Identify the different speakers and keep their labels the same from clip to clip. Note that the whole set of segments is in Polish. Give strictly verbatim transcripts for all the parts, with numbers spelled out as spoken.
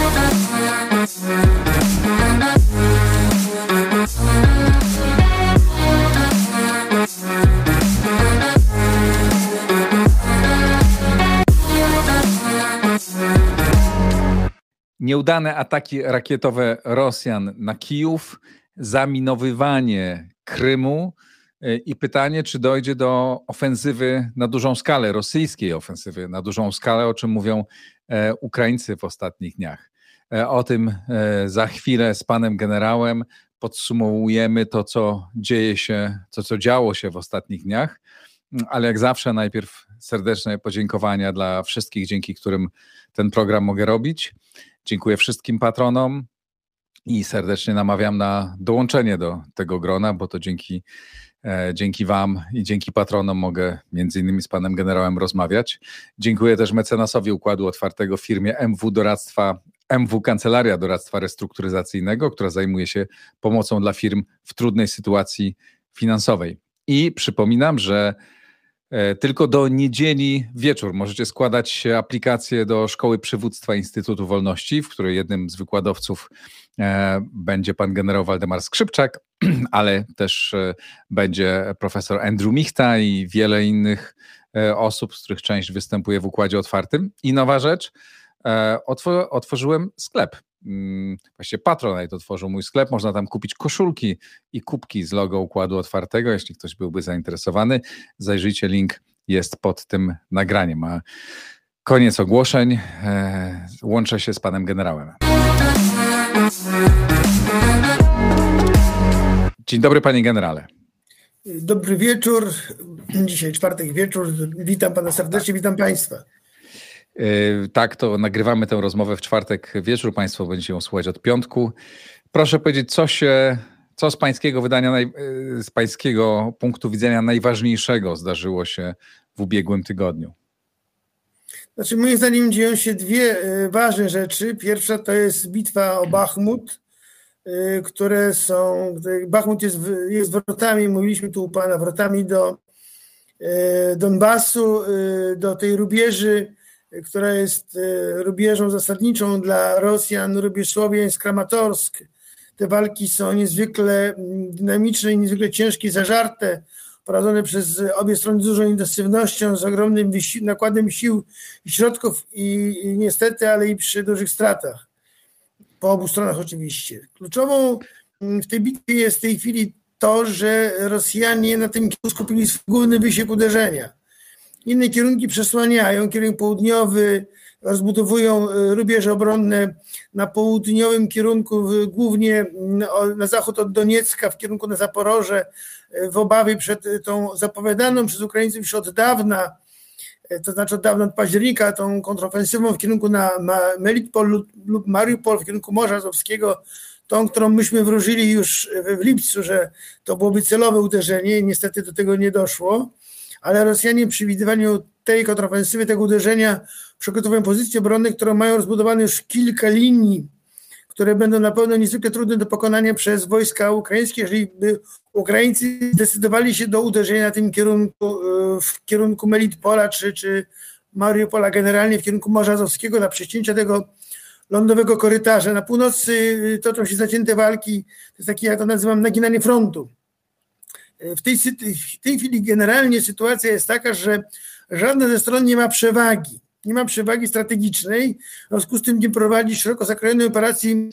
Speaker 1: Nieudane ataki rakietowe Rosjan na Kijów, zaminowywanie Krymu i pytanie, czy dojdzie do ofensywy na dużą skalę, rosyjskiej ofensywy na dużą skalę, o czym mówią Ukraińcy w ostatnich dniach. O tym za chwilę z panem generałem podsumowujemy to, co dzieje się, to, co działo się w ostatnich dniach, ale jak zawsze najpierw serdeczne podziękowania dla wszystkich, dzięki którym ten program mogę robić. Dziękuję wszystkim patronom i serdecznie namawiam na dołączenie do tego grona, bo to dzięki, e, dzięki wam i dzięki patronom mogę między innymi z panem generałem rozmawiać. Dziękuję też mecenasowi Układu Otwartego, firmie M W Doradztwa, M W Kancelaria Doradztwa Restrukturyzacyjnego, która zajmuje się pomocą dla firm w trudnej sytuacji finansowej. I przypominam, że tylko do niedzieli wieczór możecie składać aplikację do Szkoły Przywództwa Instytutu Wolności, w której jednym z wykładowców będzie pan generał Waldemar Skrzypczak, ale też będzie profesor Andrew Michta i wiele innych osób, z których część występuje w Układzie Otwartym. I nowa rzecz, otworzyłem sklep. Właściwie Patronite otworzył mój sklep, można tam kupić koszulki i kubki z logo Układu Otwartego, jeśli ktoś byłby zainteresowany, zajrzyjcie, link jest pod tym nagraniem. A koniec ogłoszeń, łączę się z panem generałem. Dzień dobry panie generale.
Speaker 2: Dobry wieczór, dzisiaj czwartek wieczór, witam pana serdecznie, witam państwa.
Speaker 1: Tak, to nagrywamy tę rozmowę w czwartek wieczór. Państwo będziecie ją słuchać od piątku. Proszę powiedzieć, co się, co z pańskiego wydania, z pańskiego punktu widzenia najważniejszego zdarzyło się w ubiegłym tygodniu?
Speaker 2: Znaczy, moim zdaniem dzieją się dwie ważne rzeczy. Pierwsza to jest bitwa o Bachmut, które są... Bachmut jest, jest wrotami, mówiliśmy tu u pana, wrotami do Donbasu, do tej rubieży, która jest rubieżą zasadniczą dla Rosjan, rubież Słowiańsk-Kramatorsk. Te walki są niezwykle dynamiczne i niezwykle ciężkie, zażarte, prowadzone przez obie strony z dużą intensywnością, z ogromnym wysi- nakładem sił i środków i, i niestety, ale i przy dużych stratach. Po obu stronach oczywiście. Kluczową w tej bitwie jest w tej chwili to, że Rosjanie na tym kierunku skupili swój główny wysiłek uderzenia. Inne kierunki przesłaniają, kierunek południowy, rozbudowują rubieże obronne na południowym kierunku, głównie na zachód od Doniecka, w kierunku na Zaporoże, w obawie przed tą zapowiadaną przez Ukraińców już od dawna, to znaczy od dawna od października, tą kontrofensywą w kierunku na Melitopol lub Mariupol, w kierunku Morza Azowskiego, tą, którą myśmy wróżyli już w lipcu, że to byłoby celowe uderzenie, niestety do tego nie doszło. Ale Rosjanie przy widywaniu tej kontrofensywy, tego uderzenia przygotowują pozycje obronne, które mają rozbudowane już kilka linii, które będą na pewno niezwykle trudne do pokonania przez wojska ukraińskie, jeżeli by Ukraińcy zdecydowali się do uderzenia na tym kierunku, w kierunku Melitopola czy, czy Mariupola, generalnie w kierunku Morza Azowskiego, dla przecięcia tego lądowego korytarza. Na północy toczą się zacięte walki, to jest takie, ja to nazywam, naginanie frontu. W tej, w tej chwili generalnie sytuacja jest taka, że żadna ze stron nie ma przewagi. Nie ma przewagi strategicznej, w związku z tym nie prowadzi szeroko zakrojonej operacji,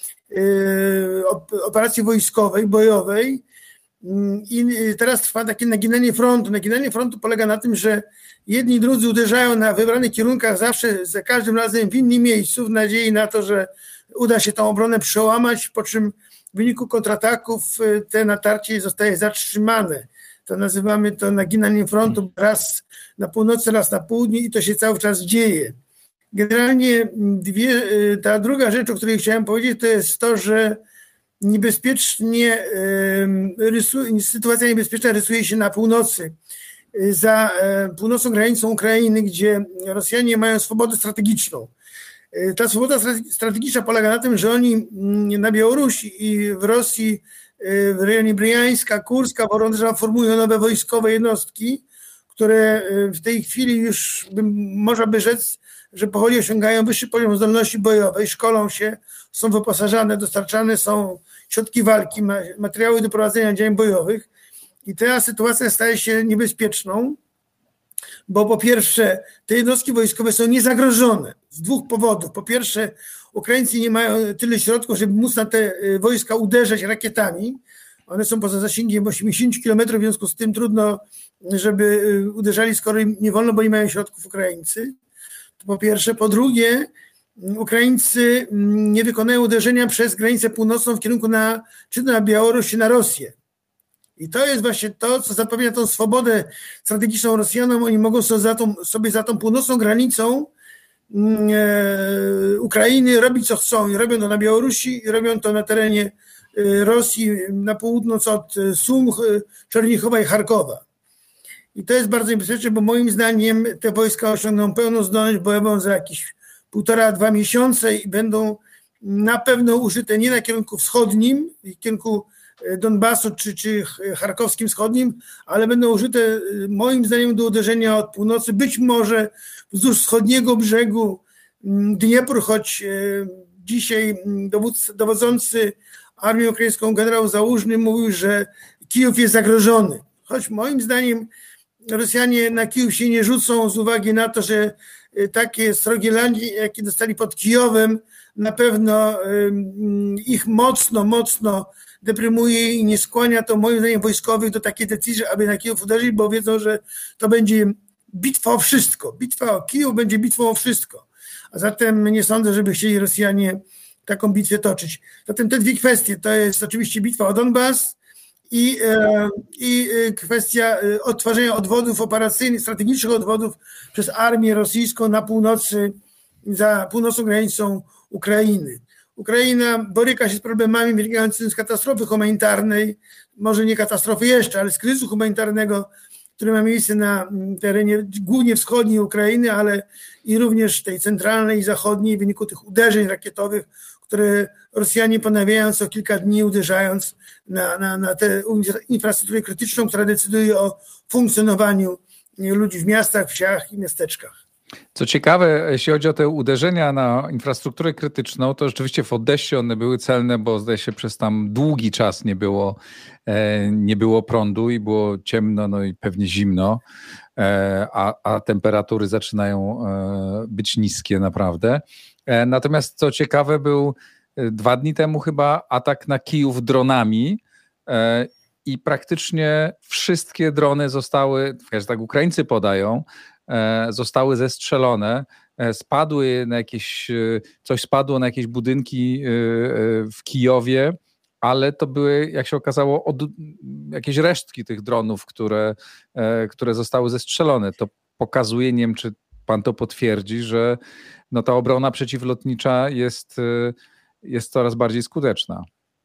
Speaker 2: operacji wojskowej, bojowej. I teraz trwa takie naginanie frontu. Naginanie frontu polega na tym, że jedni i drudzy uderzają na wybranych kierunkach zawsze, za każdym razem w innym miejscu, w nadziei na to, że uda się tą obronę przełamać, po czym w wyniku kontrataków te natarcie zostaje zatrzymane. To nazywamy to naginaniem frontu, raz na północy, raz na południu i to się cały czas dzieje. Generalnie dwie, ta druga rzecz, o której chciałem powiedzieć, to jest to, że niebezpiecznie rysuje, sytuacja niebezpieczna rysuje się na północy. Za północną granicą Ukrainy, gdzie Rosjanie mają swobodę strategiczną. Ta swoboda strategiczna polega na tym, że oni na Białorusi i w Rosji, w rejonie Bryjańska, Kurska, Woronezha formują nowe wojskowe jednostki, które w tej chwili już można by rzec, że powoli osiągają wyższy poziom zdolności bojowej, szkolą się, są wyposażane, dostarczane są środki walki, materiały do prowadzenia działań bojowych i ta sytuacja staje się niebezpieczną, bo po pierwsze te jednostki wojskowe są niezagrożone z dwóch powodów. Po pierwsze Ukraińcy nie mają tyle środków, żeby móc na te wojska uderzać rakietami. One są poza zasięgiem osiemdziesiąt kilometrów, w związku z tym trudno, żeby uderzali, skoro im nie wolno, bo nie mają środków Ukraińcy. To po pierwsze. Po drugie, Ukraińcy nie wykonają uderzenia przez granicę północną w kierunku na, czy na Białoruś, czy na Rosję. I to jest właśnie to, co zapewnia tą swobodę strategiczną Rosjanom. Oni mogą sobie za tą, sobie za tą północną granicą e, Ukrainy robić, co chcą. I robią to na Białorusi, i robią to na terenie Rosji, na północ od Sum, Czernichowa i Charkowa. I to jest bardzo niebezpieczne, bo moim zdaniem te wojska osiągną pełną zdolność bojową za jakieś półtora, dwa miesiące i będą na pewno użyte nie na kierunku wschodnim, w kierunku Donbasu czy, czy charkowskim wschodnim, ale będą użyte moim zdaniem do uderzenia od północy, być może wzdłuż wschodniego brzegu Dniepru, choć dzisiaj dowódca, dowodzący armią ukraińską generał Załużny mówił, że Kijów jest zagrożony. Choć moim zdaniem Rosjanie na Kijów się nie rzucą z uwagi na to, że takie srogie lanie, jakie dostali pod Kijowem, na pewno ich mocno, mocno deprymuje i nie skłania to moim zdaniem wojskowych do takiej decyzji, aby na Kijów uderzyć, bo wiedzą, że to będzie bitwa o wszystko. Bitwa o Kijów będzie bitwą o wszystko. A zatem nie sądzę, żeby chcieli Rosjanie taką bitwę toczyć. Zatem te dwie kwestie to jest oczywiście bitwa o Donbas i, e, i kwestia odtwarzania odwodów operacyjnych, strategicznych odwodów przez armię rosyjską na północy, za północną granicą Ukrainy. Ukraina boryka się z problemami wynikającymi z katastrofy humanitarnej, może nie katastrofy jeszcze, ale z kryzysu humanitarnego, który ma miejsce na terenie głównie wschodniej Ukrainy, ale i również tej centralnej i zachodniej w wyniku tych uderzeń rakietowych, które Rosjanie ponawiają co kilka dni, uderzając na, na, na tę infrastrukturę krytyczną, która decyduje o funkcjonowaniu ludzi w miastach, wsiach i miasteczkach.
Speaker 1: Co ciekawe, jeśli chodzi o te uderzenia na infrastrukturę krytyczną, to rzeczywiście w Odessie one były celne, bo zdaje się przez tam długi czas nie było, nie było prądu i było ciemno, no i pewnie zimno, a, a temperatury zaczynają być niskie naprawdę. Natomiast co ciekawe, był dwa dni temu chyba atak na Kijów dronami i praktycznie wszystkie drony zostały, tak Ukraińcy podają, zostały zestrzelone, spadły na jakieś, coś spadło na jakieś budynki w Kijowie, ale to były, jak się okazało, od, jakieś resztki tych dronów, które, które zostały zestrzelone. To pokazuje, nie wiem, czy pan to potwierdzi, że no ta obrona przeciwlotnicza jest, jest coraz bardziej skuteczna.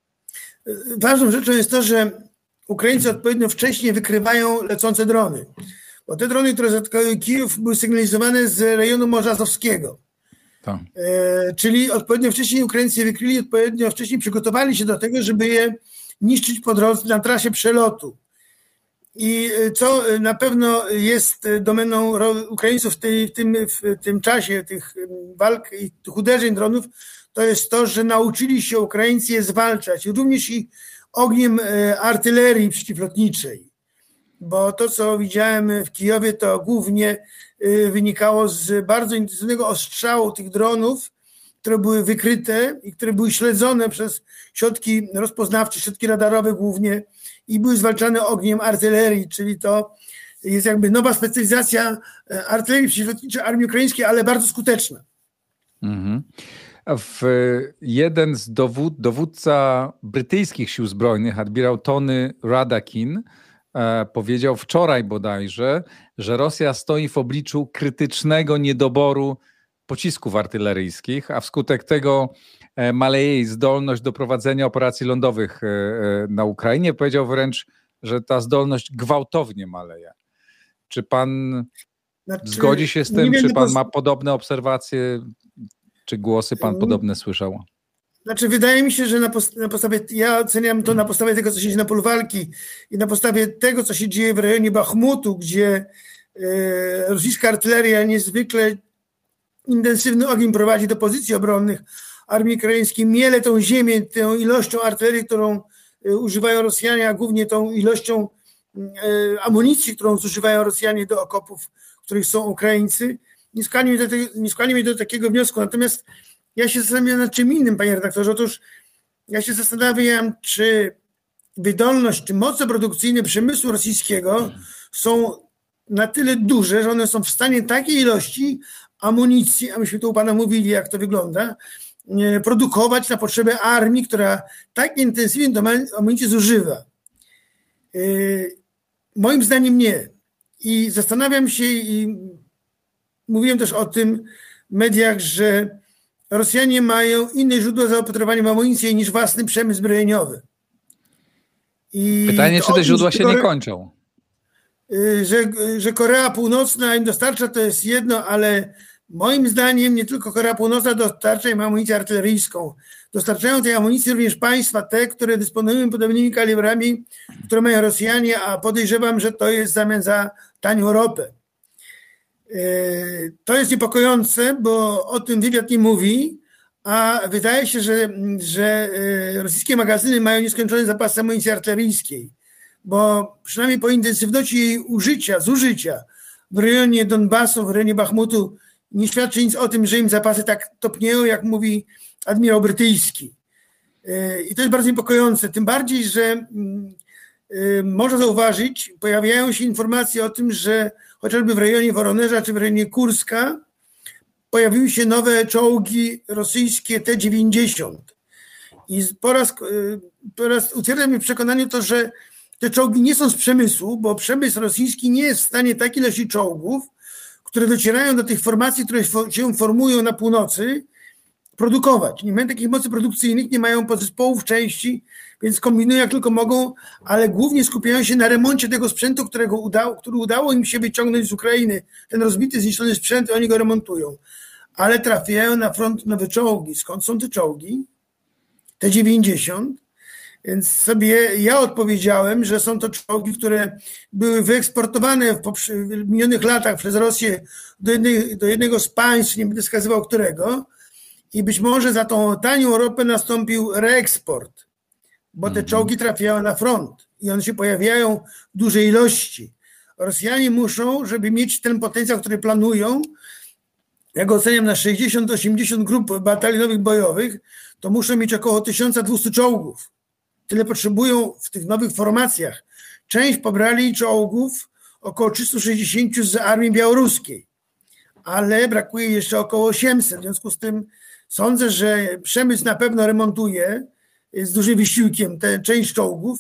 Speaker 2: Ważną rzeczą jest to, że Ukraińcy odpowiednio wcześnie wykrywają lecące drony. Bo te drony, które zaatakowały Kijów, były sygnalizowane z rejonu Morza Azowskiego. Tak. E, czyli odpowiednio wcześniej Ukraińcy je wykryli, odpowiednio wcześniej przygotowali się do tego, żeby je niszczyć po drodze na trasie przelotu. I co na pewno jest domeną Ukraińców w, tej, w, tym, w tym czasie tych walk i tych uderzeń dronów, to jest to, że nauczyli się Ukraińcy je zwalczać, również i ogniem artylerii przeciwlotniczej. Bo to, co widziałem w Kijowie, to głównie wynikało z bardzo intensywnego ostrzału tych dronów, które były wykryte i które były śledzone przez środki rozpoznawcze, środki radarowe głównie i były zwalczane ogniem artylerii, czyli to jest jakby nowa specjalizacja artylerii przeciwlotniczej armii ukraińskiej, ale bardzo skuteczna.
Speaker 1: Mhm. W jeden z dowód, dowódca brytyjskich sił zbrojnych, admirał Tony Radakin, powiedział wczoraj bodajże, że Rosja stoi w obliczu krytycznego niedoboru pocisków artyleryjskich, a wskutek tego maleje jej zdolność do prowadzenia operacji lądowych na Ukrainie. Powiedział wręcz, że ta zdolność gwałtownie maleje. Czy pan znaczy, zgodzi się z tym? Czy pan ma podobne obserwacje? Czy głosy pan podobne słyszał?
Speaker 2: Znaczy wydaje mi się, że na, post- na podstawie, ja oceniam to na podstawie tego, co się dzieje na polu walki i na podstawie tego, co się dzieje w rejonie Bachmutu, gdzie rosyjska artyleria niezwykle intensywny ogień prowadzi do pozycji obronnych armii ukraińskiej, miele tą ziemię, tą ilością artylerii, którą używają Rosjanie, a głównie tą ilością amunicji, którą zużywają Rosjanie do okopów, w których są Ukraińcy, nie skłania mnie do, te, nie skłania mnie do takiego wniosku. Natomiast ja się zastanawiam nad czym innym, panie redaktorze. Otóż ja się zastanawiam, czy wydolność, czy moce produkcyjne przemysłu rosyjskiego są na tyle duże, że one są w stanie takiej ilości amunicji, a myśmy tu u pana mówili, jak to wygląda, produkować na potrzeby armii, która tak intensywnie do amunicji zużywa. Moim zdaniem nie. I zastanawiam się, i mówiłem też o tym w mediach, że Rosjanie mają inne źródła zaopatrowania w amunicję niż własny przemysł zbrojeniowy. I
Speaker 1: pytanie, czy te źródła się nie kończą?
Speaker 2: Że, że Korea Północna im dostarcza, to jest jedno, ale moim zdaniem nie tylko Korea Północna dostarcza im amunicję artyleryjską. Dostarczają tej amunicji również państwa te, które dysponują podobnymi kalibrami, które mają Rosjanie, a podejrzewam, że to jest w zamian za tanią ropę. To jest niepokojące, bo o tym wywiad nie mówi, a wydaje się, że, że rosyjskie magazyny mają nieskończony zapas amunicji artyleryjskiej, bo przynajmniej po intensywności jej użycia, zużycia w rejonie Donbasu, w rejonie Bachmutu nie świadczy nic o tym, że im zapasy tak topnieją, jak mówi admirał brytyjski. I to jest bardzo niepokojące, tym bardziej, że można zauważyć, pojawiają się informacje o tym, że chociażby w rejonie Woronerza czy w rejonie Kurska pojawiły się nowe czołgi rosyjskie T dziewięćdziesiąt. I po raz, po raz utwierdza mnie w przekonaniu to, że te czołgi nie są z przemysłu, bo przemysł rosyjski nie jest w stanie takiej ilości czołgów, które docierają do tych formacji, które się formują na północy, produkować. Nie mają takich mocy produkcyjnych, nie mają podzespołów części, więc kombinują jak tylko mogą, ale głównie skupiają się na remoncie tego sprzętu, którego udało, który udało im się wyciągnąć z Ukrainy. Ten rozbity, zniszczony sprzęt, oni go remontują. Ale trafiają na front nowe czołgi. Skąd są te czołgi? T dziewięćdziesiąt. Więc sobie ja odpowiedziałem, że są to czołgi, które były wyeksportowane w, w minionych latach przez Rosję do, jednej, do jednego z państw, nie będę wskazywał którego, i być może za tą tanią ropę nastąpił reeksport, bo te czołgi trafiają na front i one się pojawiają w dużej ilości. Rosjanie muszą, żeby mieć ten potencjał, który planują, ja go oceniam na sześćdziesiąt do osiemdziesięciu grup batalionowych bojowych, to muszą mieć około tysiąc dwieście czołgów. Tyle potrzebują w tych nowych formacjach. Część pobrali czołgów, około trzysta sześćdziesiąt z armii białoruskiej, ale brakuje jeszcze około osiemset. W związku z tym sądzę, że przemysł na pewno remontuje z dużym wysiłkiem tę część czołgów,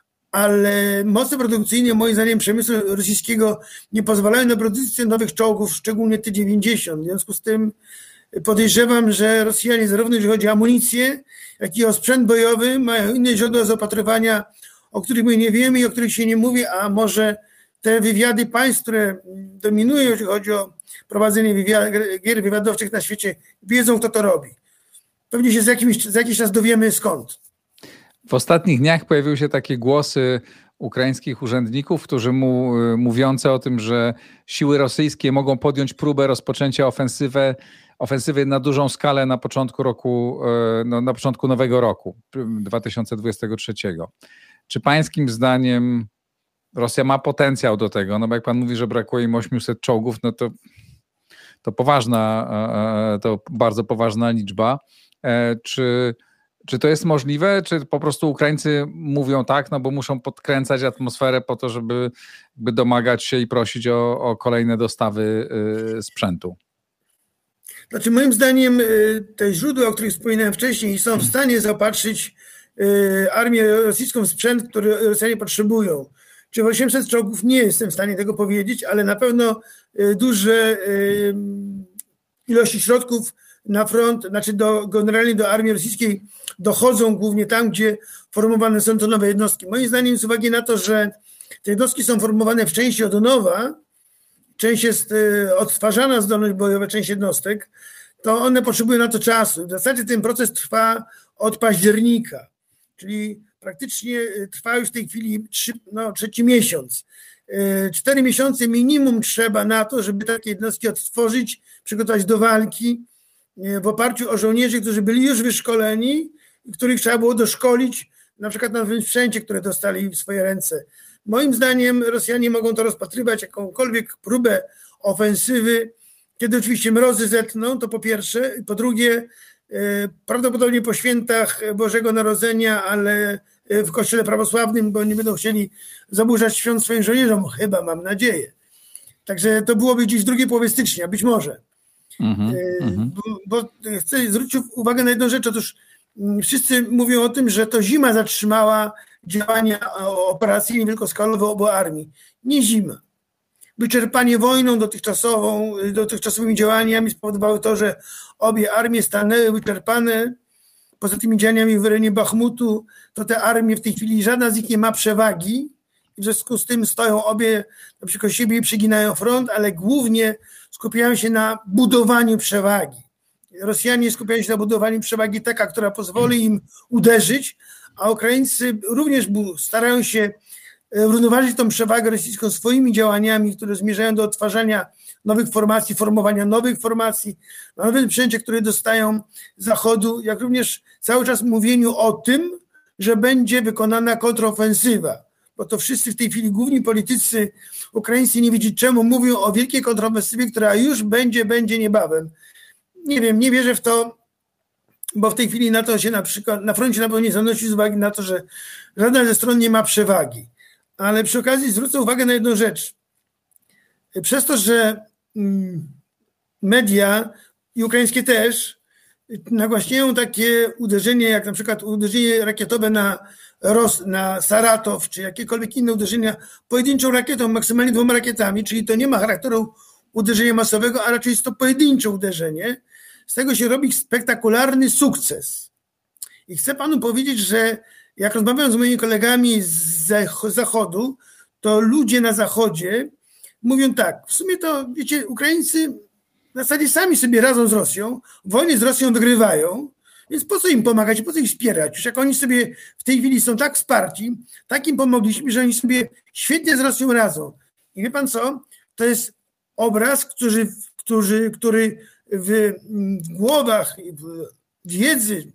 Speaker 2: ale moce produkcyjne moim zdaniem przemysłu rosyjskiego nie pozwalają na produkcję nowych czołgów, szczególnie T dziewięćdziesiąt. W związku z tym podejrzewam, że Rosjanie zarówno jeżeli chodzi o amunicję, jak i o sprzęt bojowy mają inne źródła zaopatrywania, o których my nie wiemy i o których się nie mówi, a może te wywiady państw, które dominują, jeśli chodzi o prowadzenie wywiad, gier wywiadowczych na świecie, wiedzą, kto to robi. Pewnie się za jakiś, za jakiś czas dowiemy skąd.
Speaker 1: W ostatnich dniach pojawiły się takie głosy ukraińskich urzędników, którzy mu, mówiące o tym, że siły rosyjskie mogą podjąć próbę rozpoczęcia ofensywy, ofensywy na dużą skalę na początku roku, no, na początku nowego roku, dwa tysiące dwudziestego trzeciego. Czy pańskim zdaniem Rosja ma potencjał do tego? No bo jak pan mówi, że brakuje im osiemset czołgów, no to, to poważna, to bardzo poważna liczba. Czy, czy to jest możliwe? Czy po prostu Ukraińcy mówią tak, no bo muszą podkręcać atmosferę po to, żeby, żeby domagać się i prosić o, o kolejne dostawy sprzętu?
Speaker 2: Znaczy moim zdaniem te źródła, o których wspominałem wcześniej, są w stanie zaopatrzyć armię rosyjską w sprzęt, który Rosjanie potrzebują. Czy w osiemset czołgów nie jestem w stanie tego powiedzieć, ale na pewno duże ilości środków na front, znaczy do, generalnie do armii rosyjskiej dochodzą głównie tam, gdzie formowane są to nowe jednostki. Moim zdaniem z uwagi na to, że te jednostki są formowane w części od nowa, część jest odtwarzana zdolność bojowa, część jednostek, to one potrzebują na to czasu. W zasadzie ten proces trwa od października, czyli praktycznie trwa już w tej chwili trzy, no, trzeci miesiąc. Cztery miesiące minimum trzeba na to, żeby takie jednostki odtworzyć, przygotować do walki w oparciu o żołnierzy, którzy byli już wyszkoleni i których trzeba było doszkolić na przykład na nowym sprzęcie, które dostali w swoje ręce. Moim zdaniem Rosjanie mogą to rozpatrywać jakąkolwiek próbę ofensywy, kiedy oczywiście mrozy zetną, to po pierwsze, po drugie prawdopodobnie po świętach Bożego Narodzenia, ale w kościele prawosławnym, bo nie będą chcieli zaburzać świąt swoim żołnierzom, chyba, mam nadzieję. Także to byłoby gdzieś w drugiej połowie stycznia, być może. Mm-hmm. Bo, bo chcę zwrócić uwagę na jedną rzecz, otóż wszyscy mówią o tym, że to zima zatrzymała działania operacyjne wielkoskalowe obu armii. Nie zima. Wyczerpanie wojną dotychczasową, dotychczasowymi działaniami spowodowało to, że obie armie stanęły wyczerpane. Poza tymi działaniami w rejonie Bachmutu, to te armie w tej chwili, żadna z nich nie ma przewagi. W związku z tym stoją obie naprzeciwko siebie i przyginają front, ale głównie skupiają się na budowaniu przewagi. Rosjanie skupiają się na budowaniu przewagi taka, która pozwoli im uderzyć, a Ukraińcy również starają się równoważyć tą przewagę rosyjską swoimi działaniami, które zmierzają do odtwarzania nowych formacji, formowania nowych formacji, na nowym sprzęcie, które dostają z Zachodu, jak również cały czas mówieniu o tym, że będzie wykonana kontrofensywa, bo to wszyscy w tej chwili główni politycy ukraińscy, nie wiedzieć czemu, mówią o wielkiej kontrofensywie, która już będzie, będzie niebawem. Nie wiem, nie wierzę w to, bo w tej chwili na to się na przykład, na froncie na pewno nie zanosi z uwagi na to, że żadna ze stron nie ma przewagi. Ale przy okazji zwrócę uwagę na jedną rzecz. Przez to, że media i ukraińskie też nagłaśniają takie uderzenie, jak na przykład uderzenie rakietowe na, Ros, na Saratow, czy jakiekolwiek inne uderzenia pojedynczą rakietą, maksymalnie dwoma rakietami, czyli to nie ma charakteru uderzenia masowego, a raczej jest to pojedyncze uderzenie. Z tego się robi spektakularny sukces. I chcę panu powiedzieć, że jak rozmawiam z moimi kolegami z Zachodu, to ludzie na Zachodzie mówią tak, w sumie to, wiecie, Ukraińcy w zasadzie sami sobie radzą z Rosją, wojny z Rosją wygrywają, więc po co im pomagać, po co ich wspierać? Już jak oni sobie w tej chwili są tak wsparci, tak im pomogliśmy, że oni sobie świetnie z Rosją radzą. I wie pan co? To jest obraz, który, który, który w głowach, w wiedzy,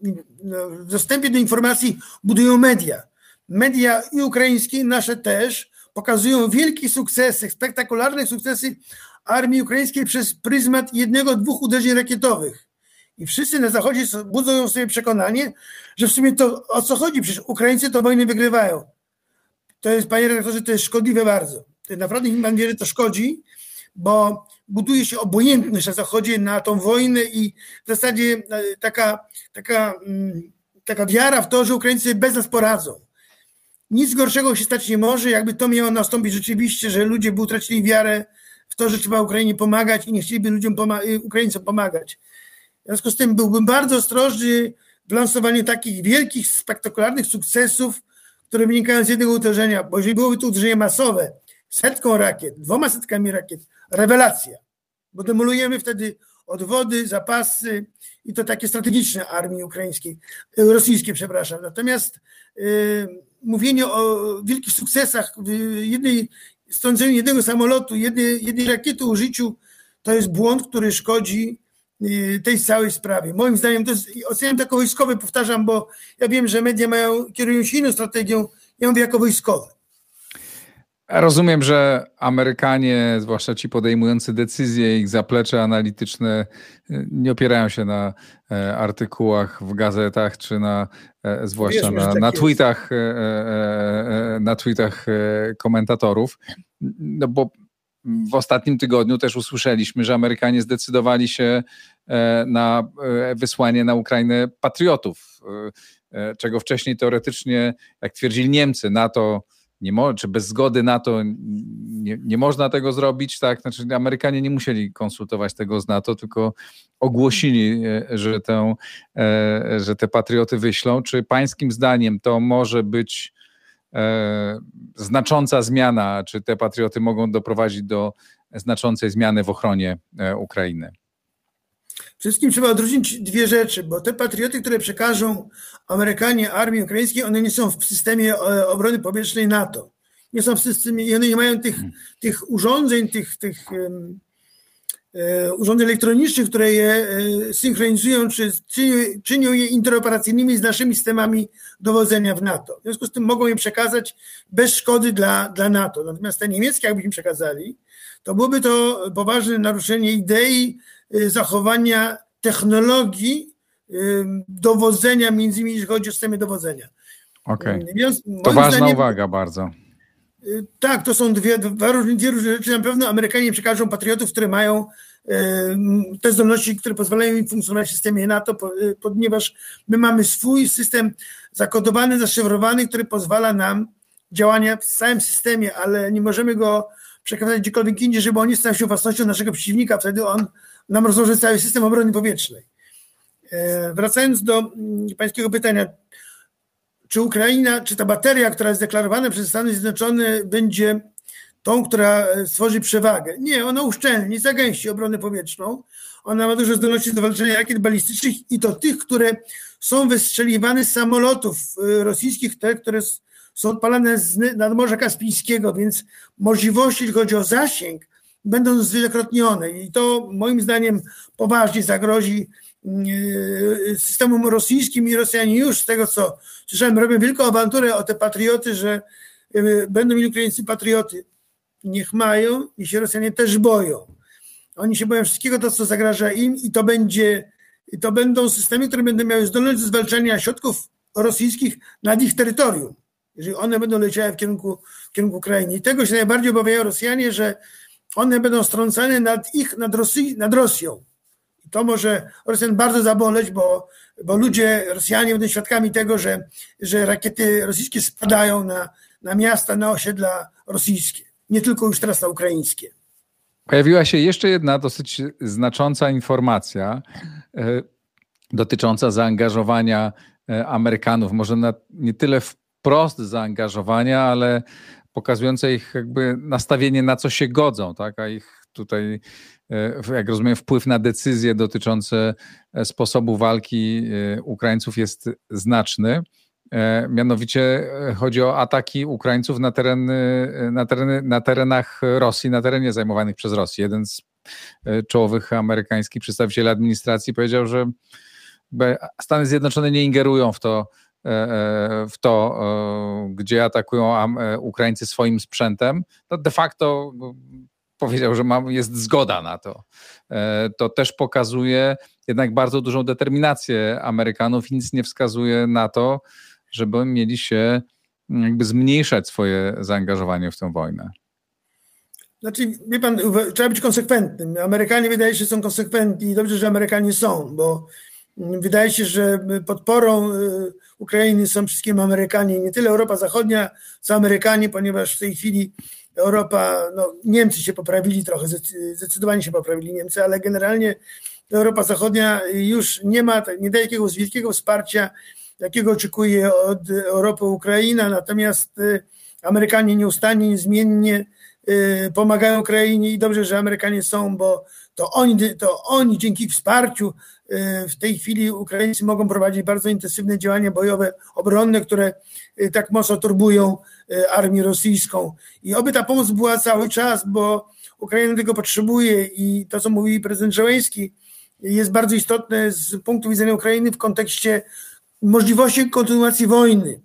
Speaker 2: w dostępie do informacji budują media. Media i ukraińskie, nasze też, pokazują wielkie sukcesy, spektakularne sukcesy armii ukraińskiej przez pryzmat jednego, dwóch uderzeń rakietowych. I wszyscy na Zachodzie budzą sobie przekonanie, że w sumie to o co chodzi? Przecież Ukraińcy to wojny wygrywają. To jest, panie redaktorze, to jest szkodliwe bardzo. To naprawdę im pan wierzy, to szkodzi, bo buduje się obojętność na Zachodzie na tą wojnę i w zasadzie taka, taka, taka wiara w to, że Ukraińcy bez nas poradzą. Nic gorszego się stać nie może, jakby to miało nastąpić rzeczywiście, że ludzie by utracili wiarę w to, że trzeba Ukrainie pomagać i nie chcieliby ludziom poma- Ukraińcom pomagać. W związku z tym byłbym bardzo ostrożny w lansowaniu takich wielkich, spektakularnych sukcesów, które wynikają z jednego uderzenia, bo jeżeli byłoby to uderzenie masowe, setką rakiet, dwoma setkami rakiet, rewelacja, bo demolujemy wtedy odwody, zapasy i to takie strategiczne armii ukraińskiej, rosyjskiej, przepraszam. Natomiast yy, mówienie o wielkich sukcesach w jednej strąceniu jednego samolotu, jednej, jednej rakiety użyciu, to jest błąd, który szkodzi yy, tej całej sprawie. Moim zdaniem to jest, oceniam to jako wojskowy, powtarzam, bo ja wiem, że media mają, kierują się inną strategią, ja mówię jako wojskowy.
Speaker 1: Rozumiem, że Amerykanie, zwłaszcza ci podejmujący decyzje, ich zaplecze analityczne nie opierają się na artykułach w gazetach, czy na, zwłaszcza Wiesz, na, tak na tweetach, na tweetach komentatorów, no bo w ostatnim tygodniu też usłyszeliśmy, że Amerykanie zdecydowali się na wysłanie na Ukrainę patriotów, czego wcześniej teoretycznie, jak twierdzili Niemcy, NATO nie mo- czy bez zgody NATO nie, nie można tego zrobić, tak? Znaczy Amerykanie nie musieli konsultować tego z NATO, tylko ogłosili, że, tę, że te patrioty wyślą. Czy pańskim zdaniem to może być e, znacząca zmiana, czy te patrioty mogą doprowadzić do znaczącej zmiany w ochronie Ukrainy?
Speaker 2: Wszystkim trzeba odróżnić dwie rzeczy, bo te patrioty, które przekażą Amerykanie armii ukraińskiej, one nie są w systemie obrony powietrznej NATO. nie są w systemie i one nie mają tych, tych urządzeń, tych, tych um, e, urządzeń elektronicznych, które je e, synchronizują, czy czynią, czynią je interoperacyjnymi z naszymi systemami dowodzenia w NATO. W związku z tym mogą je przekazać bez szkody dla, dla NATO. Natomiast te niemieckie, jakbyśmy przekazali, to byłoby to poważne naruszenie idei e, zachowania technologii e, dowodzenia, między innymi jeśli chodzi o systemy dowodzenia.
Speaker 1: Okej, okay. To ważna zdaniem, uwaga bardzo.
Speaker 2: Tak, to są dwie, dwie, różne, dwie różne rzeczy. Na pewno Amerykanie nie przekażą patriotów, które mają te zdolności, które pozwalają im funkcjonować w systemie NATO, ponieważ my mamy swój system zakodowany, zaszyfrowany, który pozwala nam działania w całym systemie, ale nie możemy go przekazać gdziekolwiek indziej, żeby on nie stał się własnością naszego przeciwnika, wtedy on nam rozłoży cały system obrony powietrznej. Wracając do pańskiego pytania, czy Ukraina, czy ta bateria, która jest deklarowana przez Stany Zjednoczone, będzie tą, która stworzy przewagę? Nie, ona uszczelni, zagęści obronę powietrzną. Ona ma duże zdolności do walczenia rakiet balistycznych i to tych, które są wystrzeliwane z samolotów rosyjskich, te, które są odpalane z nadmorza Kaspijskiego, więc możliwości, jeśli chodzi o zasięg, będą zwielokrotnione i to moim zdaniem poważnie zagrozi systemom rosyjskim i Rosjanie już z tego, co słyszałem, robią wielką awanturę o te patrioty, że będą mieli Ukraińcy patrioty. Niech mają i się Rosjanie też boją. Oni się boją wszystkiego to, co zagraża im i to będzie, i to będą systemy, które będą miały zdolność do zwalczania środków rosyjskich nad ich terytorium, jeżeli one będą leciały w kierunku, w kierunku Ukrainy. I tego się najbardziej obawiają Rosjanie, że one będą strącane nad ich, nad, Rosji, nad Rosją. I to może Rosjan bardzo zaboleć, bo, bo ludzie, Rosjanie będą świadkami tego, że, że rakiety rosyjskie spadają na, na miasta, na osiedla rosyjskie. Nie tylko już teraz na ukraińskie.
Speaker 1: Pojawiła się jeszcze jedna dosyć znacząca informacja e, dotycząca zaangażowania e, Amerykanów. Może na, nie tyle wprost zaangażowania, ale pokazujące ich jakby nastawienie, na co się godzą, tak? A ich tutaj, jak rozumiem, wpływ na decyzje dotyczące sposobu walki Ukraińców jest znaczny. Mianowicie chodzi o ataki Ukraińców na, tereny, na, tereny, na terenach Rosji, na terenie zajmowanych przez Rosję. Jeden z czołowych amerykańskich przedstawicieli administracji powiedział, że Stany Zjednoczone nie ingerują w to, w to, gdzie atakują Ukraińcy swoim sprzętem. To de facto powiedział, że ma, jest zgoda na to. To też pokazuje jednak bardzo dużą determinację Amerykanów i nic nie wskazuje na to, żeby mieli się jakby zmniejszać swoje zaangażowanie w tę wojnę.
Speaker 2: Znaczy, wie pan, trzeba być konsekwentnym. Amerykanie wydaje się, że są konsekwentni i dobrze, że Amerykanie są, bo wydaje się, że podporą Ukrainy są wszystkim Amerykanie, nie tyle Europa Zachodnia, co Amerykanie, ponieważ w tej chwili Europa, no Niemcy się poprawili trochę, zdecydowanie się poprawili Niemcy, ale generalnie Europa Zachodnia już nie ma, nie daje jakiegoś wielkiego wsparcia, jakiego oczekuje od Europy Ukraina, natomiast Amerykanie nieustannie, niezmiennie pomagają Ukrainie i dobrze, że Amerykanie są, bo to oni, to oni dzięki wsparciu w tej chwili Ukraińcy mogą prowadzić bardzo intensywne działania bojowe, obronne, które tak mocno turbują armię rosyjską. I oby ta pomoc była cały czas, bo Ukraina tego potrzebuje i to, co mówi prezydent Zełenski, jest bardzo istotne z punktu widzenia Ukrainy w kontekście możliwości kontynuacji wojny.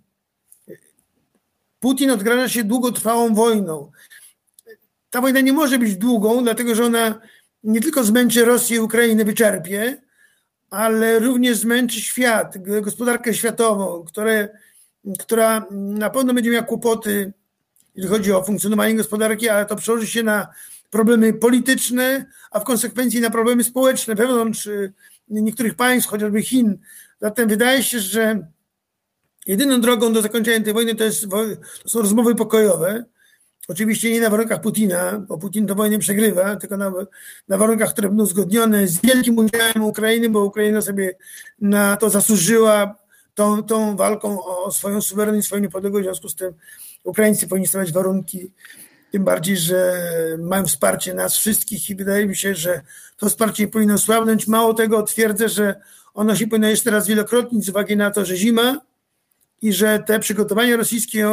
Speaker 2: Putin odgraża się długotrwałą wojną. Ta wojna nie może być długą, dlatego że ona nie tylko zmęczy Rosję i Ukrainę, wyczerpie, ale również zmęczy świat, gospodarkę światową, które, która na pewno będzie miała kłopoty, jeśli chodzi o funkcjonowanie gospodarki, ale to przełoży się na problemy polityczne, a w konsekwencji na problemy społeczne wewnątrz niektórych państw, chociażby Chin. Zatem wydaje się, że jedyną drogą do zakończenia tej wojny to, jest, to są rozmowy pokojowe. Oczywiście nie na warunkach Putina, bo Putin tę wojnę przegrywa, tylko na, na warunkach, które będą uzgodnione z wielkim udziałem Ukrainy, bo Ukraina sobie na to zasłużyła tą, tą walką o swoją suwerenność, swoją niepodległość. W związku z tym Ukraińcy powinni stawiać warunki, tym bardziej, że mają wsparcie nas wszystkich i wydaje mi się, że to wsparcie nie powinno słabnąć. Mało tego, twierdzę, że ono się powinno jeszcze raz wielokrotnić z uwagi na to, że zima i że te przygotowania rosyjskie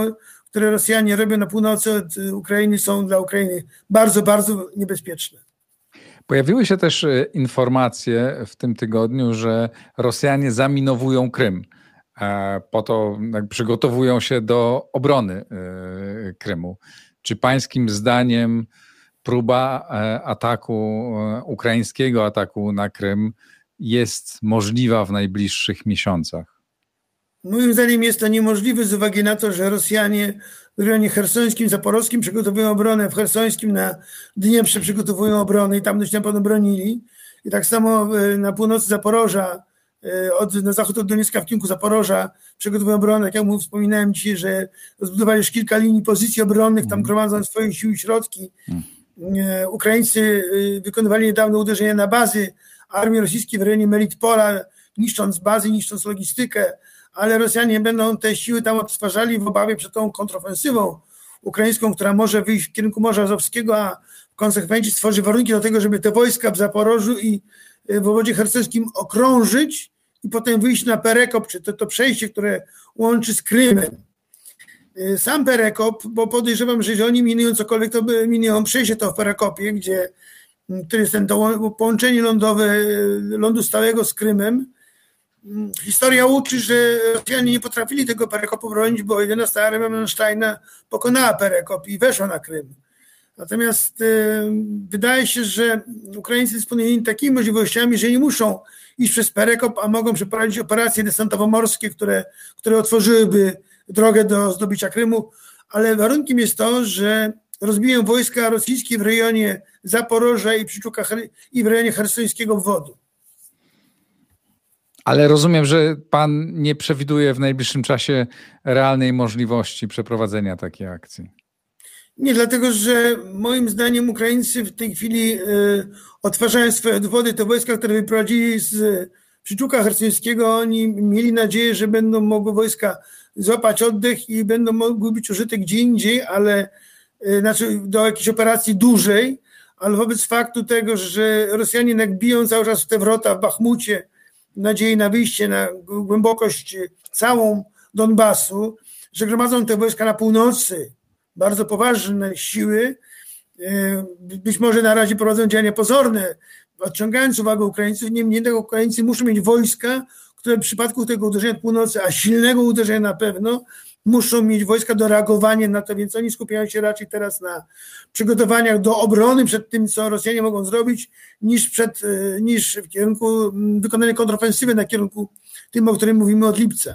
Speaker 2: które Rosjanie robią na północy od Ukrainy, są dla Ukrainy bardzo, bardzo niebezpieczne.
Speaker 1: Pojawiły się też informacje w tym tygodniu, że Rosjanie zaminowują Krym. Po to przygotowują się do obrony Krymu. Czy pańskim zdaniem próba ataku, ukraińskiego ataku na Krym jest możliwa w najbliższych miesiącach?
Speaker 2: Moim zdaniem jest to niemożliwe z uwagi na to, że Rosjanie w rejonie chersońskim, zaporowskim przygotowują obronę, w chersońskim na Dnieprze przygotowują obronę i tam dość na pewno bronili. I tak samo na północy Zaporoża, od, na zachód od Doniecka w kierunku Zaporoża przygotowują obronę. Jak ja mu wspominałem dzisiaj, że rozbudowali już kilka linii pozycji obronnych, tam gromadząc swoje siły i środki. Ukraińcy wykonywali niedawno uderzenia na bazy armii rosyjskiej w rejonie Melitpola, niszcząc bazy, niszcząc logistykę, ale Rosjanie będą te siły tam odtwarzali w obawie przed tą kontrofensywą ukraińską, która może wyjść w kierunku Morza Azowskiego, a w konsekwencji stworzy warunki do tego, żeby te wojska w Zaporożu i w obwodzie herceńskim okrążyć i potem wyjść na Perekop, czy to, to przejście, które łączy z Krymem. Sam Perekop, bo podejrzewam, że jeżeli oni minują cokolwiek, to by minują przejście to w Perekopie, gdzie to jest ten to połączenie lądowe lądu stałego z Krymem. Historia uczy, że Rosjanie nie potrafili tego Perekopu bronić, bo jedenasta armia Mansteina pokonała Perekop i weszła na Krym. Natomiast y, wydaje się, że Ukraińcy dysponują takimi możliwościami, że nie muszą iść przez Perekop, a mogą przeprowadzić operacje desantowo-morskie, które, które otworzyłyby drogę do zdobycia Krymu, ale warunkiem jest to, że rozbiją wojska rosyjskie w rejonie Zaporoża i Przyczółka i w rejonie chersońskiego obwodu.
Speaker 1: Ale rozumiem, że pan nie przewiduje w najbliższym czasie realnej możliwości przeprowadzenia takiej akcji.
Speaker 2: Nie, dlatego że moim zdaniem Ukraińcy w tej chwili y, odtwarzają swoje odwody. Te wojska, które wyprowadzili z Przyczółka chersońskiego, oni mieli nadzieję, że będą mogły wojska złapać oddech i będą mogły być użyte gdzie indziej, ale y, znaczy do jakiejś operacji dużej, ale wobec faktu tego, że Rosjanie jednak biją cały czas w te wrota w Bachmucie, nadziei na wyjście na głębokość całą Donbasu, że gromadzą te wojska na północy, bardzo poważne siły, być może na razie prowadzą działania pozorne, odciągając uwagę Ukraińców, niemniej jednak Ukraińcy muszą mieć wojska, które w przypadku tego uderzenia od północy, a silnego uderzenia na pewno, muszą mieć wojska do reagowania na to, więc oni skupiają się raczej teraz na przygotowaniach do obrony przed tym, co Rosjanie mogą zrobić, niż, przed, niż w kierunku wykonania kontrofensywy na kierunku tym, o którym mówimy od lipca.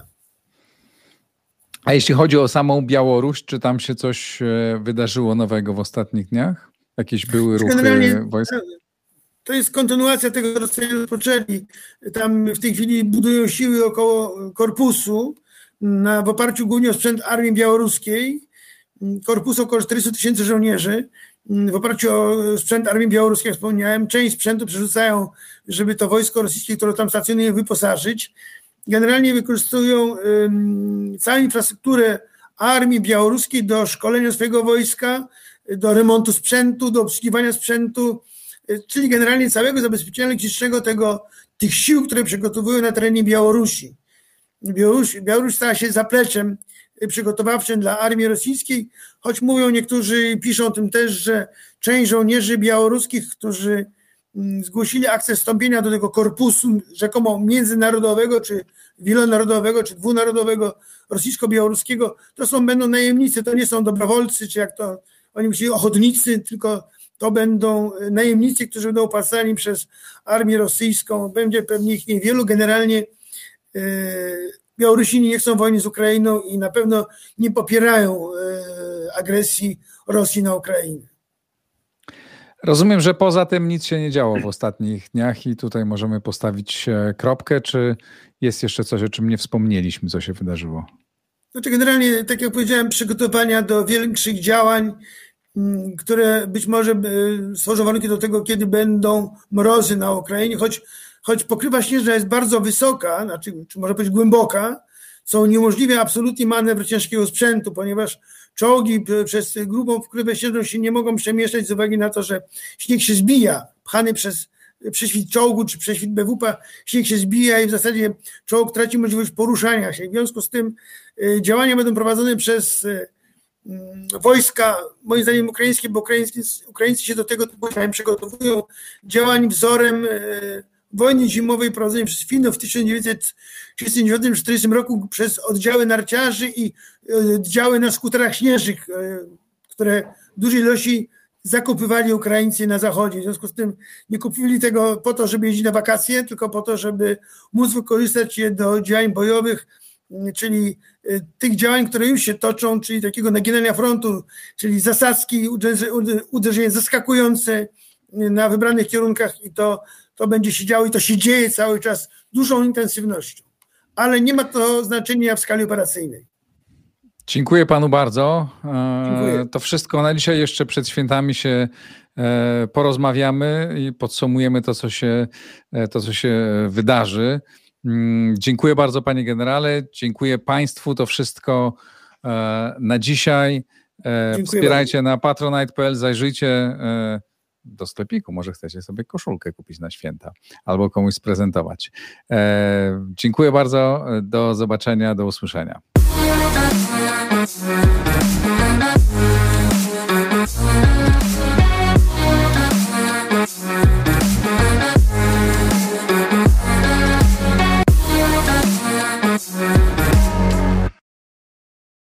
Speaker 1: A jeśli chodzi o samą Białoruś, czy tam się coś wydarzyło nowego w ostatnich dniach? Jakieś były ruchy wojsk?
Speaker 2: To jest kontynuacja tego, co Rosjanie rozpoczęli. Tam w tej chwili budują siły około korpusu, na, w oparciu głównie o sprzęt armii białoruskiej, korpus około czterysta tysięcy żołnierzy, w oparciu o sprzęt armii białoruskiej, jak wspomniałem, część sprzętu przerzucają, żeby to wojsko rosyjskie, które tam stacjonuje, wyposażyć. Generalnie wykorzystują um, całą infrastrukturę armii białoruskiej do szkolenia swojego wojska, do remontu sprzętu, do obsługiwania sprzętu, czyli generalnie całego zabezpieczenia logistycznego tego, tych sił, które przygotowują na terenie Białorusi. Białoruś, Białoruś stała się zapleczem przygotowawczym dla armii rosyjskiej, choć mówią niektórzy, piszą o tym też, że część żołnierzy białoruskich, którzy zgłosili akcję wstąpienia do tego korpusu rzekomo międzynarodowego, czy wielonarodowego, czy dwunarodowego rosyjsko-białoruskiego, to są będą najemnicy, to nie są dobrowolcy, czy jak to oni myśleli, ochotnicy, tylko to będą najemnicy, którzy będą opłacani przez armię rosyjską. Będzie pewnie ich niewielu. Generalnie Białorusini nie chcą wojny z Ukrainą i na pewno nie popierają agresji Rosji na Ukrainę.
Speaker 1: Rozumiem, że poza tym nic się nie działo w ostatnich dniach i tutaj możemy postawić kropkę. Czy jest jeszcze coś, o czym nie wspomnieliśmy, co się wydarzyło?
Speaker 2: Znaczy generalnie, tak jak powiedziałem, przygotowania do większych działań, które być może stworzą warunki do tego, kiedy będą mrozy na Ukrainie, choć Choć pokrywa śnieżna jest bardzo wysoka, znaczy, czy może powiedzieć głęboka, co uniemożliwia absolutnie manewr ciężkiego sprzętu, ponieważ czołgi przez grubą pokrywę śnieżną się nie mogą przemieszczać z uwagi na to, że śnieg się zbija. Pchany przez prześwit czołgu czy prześwit B W P śnieg się zbija i w zasadzie czołg traci możliwość poruszania się. W związku z tym działania będą prowadzone przez wojska, moim zdaniem ukraińskie, bo Ukraińcy, Ukraińcy się do tego typu działań przygotowują, działań wzorem wojny zimowej prowadzonej przez Finów w tysiąc dziewięćset trzydziestym dziewiątym do czterdziestego roku przez oddziały narciarzy i oddziały na skuterach śnieżnych, które w dużej ilości zakupywali Ukraińcy na zachodzie. W związku z tym nie kupili tego po to, żeby jeździć na wakacje, tylko po to, żeby móc wykorzystać je do działań bojowych, czyli tych działań, które już się toczą, czyli takiego naginania frontu, czyli zasadzki, uderzenie zaskakujące na wybranych kierunkach i to, to będzie się działo i to się dzieje cały czas dużą intensywnością. Ale nie ma to znaczenia w skali operacyjnej.
Speaker 1: Dziękuję panu bardzo.
Speaker 2: Dziękuję.
Speaker 1: To wszystko na dzisiaj. Jeszcze przed świętami się porozmawiamy i podsumujemy to, co się, to, co się wydarzy. Dziękuję bardzo panie generale. Dziękuję państwu. To wszystko na dzisiaj. Dziękuję Wspierajcie bardzo. Na patronite kropka p l. Zajrzyjcie do sklepiku. Może chcecie sobie koszulkę kupić na święta albo komuś sprezentować. Dziękuję bardzo. Do zobaczenia. Do usłyszenia. We'll be right back.